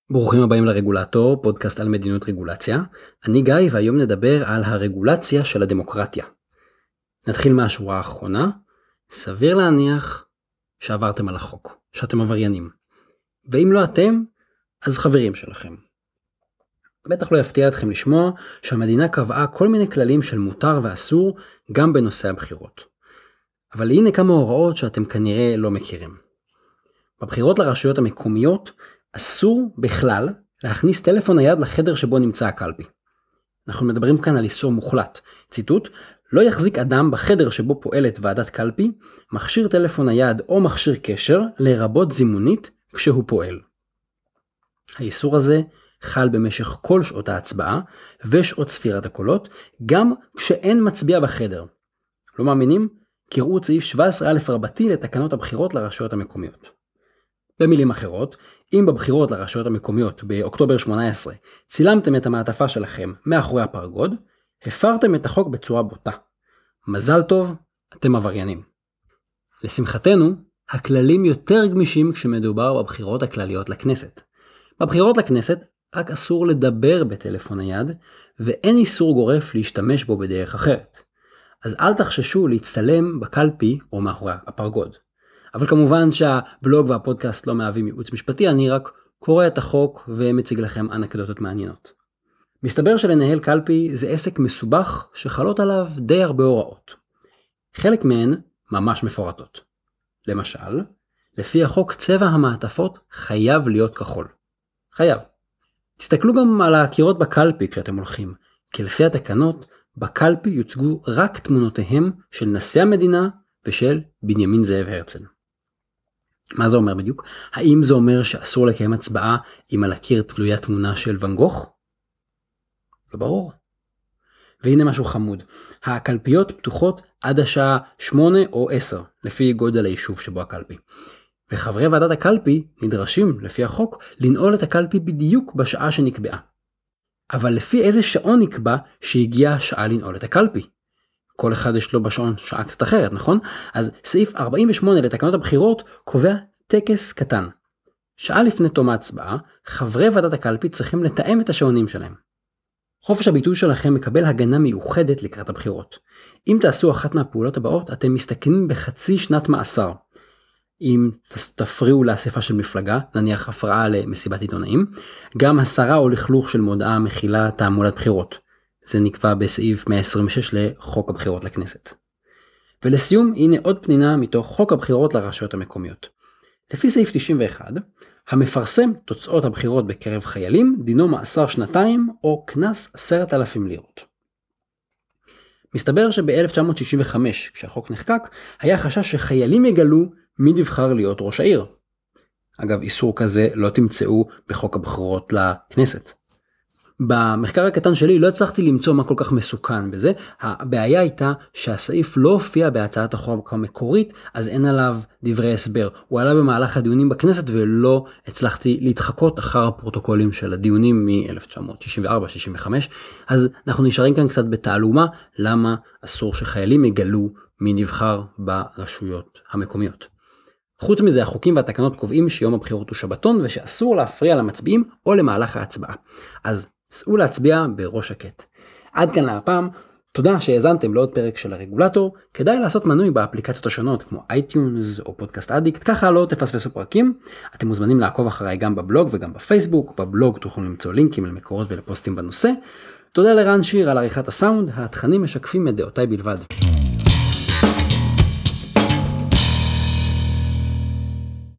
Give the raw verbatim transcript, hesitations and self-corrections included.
ברוכים הבאים לרגולטור, פודקאסט על מדיניות רגולציה. אני גיא והיום נדבר על הרגולציה של הדמוקרטיה. נתחיל מהשורה האחרונה. סביר להניח שעברתם על החוק, שאתם עבריינים. ואם לא אתם, אז חברים שלכם. בטח לא יפתיע אתכם לשמוע שהמדינה קבעה כל מיני כללים של מותר ואסור גם בנושא הבחירות. אבל הנה כמה הוראות שאתם כנראה לא מכירים. בבחירות לרשויות המקומיות אסור בכלל להכניס טלפון נייד לחדר שבו נמצא הקלפי. אנחנו מדברים כאן על איסור מוחלט. ציטוט: לא יחזיק אדם בחדר שבו פועלת ועדת קלפי מכשיר טלפון נייד או מכשיר קשר לרבות זימונית כשהוא פועל. האיסור הזה חל במשך כל שעות ההצבעה ושעות ספירת הקולות, גם כשאין מצביע בחדר. לא מאמינים? קראו את סעיף שבע עשרה א' רבתי לתקנות הבחירות לרשויות המקומיות. במילים אחרות, אם בבחירות לרשויות המקומיות באוקטובר שמונה עשרה צילמתם את המעטפה שלכם מאחורי הפרגוד, הפרתם את החוק בצורה בוטה. מזל טוב, אתם עבריינים. לשמחתנו, הכללים יותר גמישים כשמדובר בבחירות הכלליות לכנסת. בבחירות לכנסת רק אסור לדבר בטלפון נייד, ואין איסור גורף להשתמש בו בדרך אחרת. אז אל תחששו להצטלם בקלפי או מאחורי הפרגוד. אבל כמובן שהבלוג והפודקאסט לא מהווים ייעוץ משפטי, אני רק קורא את החוק ומציג לכם אנקדוטות מעניינות. מסתבר שלנהל קלפי זה עסק מסובך שחלות עליו די הרבה הוראות. חלק מהן ממש מפורטות. למשל, לפי החוק צבע המעטפות חייב להיות כחול. חייב. תסתכלו גם על הקירות בקלפי כשאתם הולכים, כי לפי התקנות בקלפי יוצגו רק תמונותיהם של נשיא המדינה ושל בנימין זאב הרצל. מה זה אומר בדיוק? האם זה אומר שאסור לקיים הצבעה אם על הקיר תלויה תמונה של ואן גוך? זה ברור. והנה משהו חמוד. הקלפיות פתוחות עד השעה שמונה או עשר, לפי גודל היישוב שבו הקלפי. וחברי ועדת הקלפי נדרשים, לפי החוק, לנעול את הקלפי בדיוק בשעה שנקבעה. אבל לפי איזה שעון נקבע שהגיעה השעה לנעול את הקלפי? כל אחד יש לו בשעון שעה קצת אחרת, נכון? אז סעיף ארבעים ושמונה לתקנות הבחירות קובע טקס קטן. שעה לפני תום ההצבעה, חברי ועדת הקלפי צריכים לתאם את השעונים שלהם. חופש הביטוי שלכם מקבל הגנה מיוחדת לקראת הבחירות. אם תעשו אחת מהפעולות הבאות, אתם מסתכנים בחצי שנת מאסר. אם תפריעו לאספה של מפלגה, נניח הפרעה למסיבת עיתונאים, גם הסרה או לכלוך של מודעה מכילה תעמולת בחירות. זה נקבע בסעיף מאה עשרים ושש לחוק הבחירות לכנסת. ולסיום, הנה עוד פנינה מתוך חוק הבחירות לרשויות המקומיות. לפי סעיף תשעים ואחת, המפרסם תוצאות הבחירות בקרב חיילים דינו מאסר שנתיים או קנס עשרת אלפים לירות. מסתבר שב-אלף תשע מאות שישים וחמש, כשהחוק נחקק, היה חשש שחיילים יגלו מי נבחר להיות ראש העיר. אגב, איסור כזה לא תמצאו בחוק הבחירות לכנסת. במחקר הקטן שלי לא הצלחתי למצוא מה כל כך מסוכן בזה. הבעיה הייתה שהסעיף לא הופיע בהצעת החוק המקורית, אז אין עליו דברי הסבר. הוא עלה במהלך הדיונים בכנסת ולא הצלחתי להתחקות אחר הפרוטוקולים של הדיונים מ-אלף תשע מאות שישים וארבע שישים וחמש. אז אנחנו נשארים כאן קצת בתעלומה למה אסור שחיילים יגלו מי נבחר ברשויות המקומיות. חוץ מזה, החוקים והתקנות קובעים שיום הבחירות הוא שבתון ושאסור להפריע למצביעים או למהלך ההצבעה. אז סעו להצביע בראש שקט. עד כאן להפעם, תודה שהאזנתם לעוד פרק של הרגולטור. כדאי לעשות מנוי באפליקציות השונות כמו אייטיונס או פודקאסט אדיקט, ככה לא תפספסו פרקים. אתם מוזמנים לעקוב אחריי גם בבלוג וגם בפייסבוק. בבלוג תוכלו למצוא לינקים למקורות ולפוסטים בנושא. תודה לרן שיר על עריכת הסאונד, התכנים משקפים את דעותיי בלבד.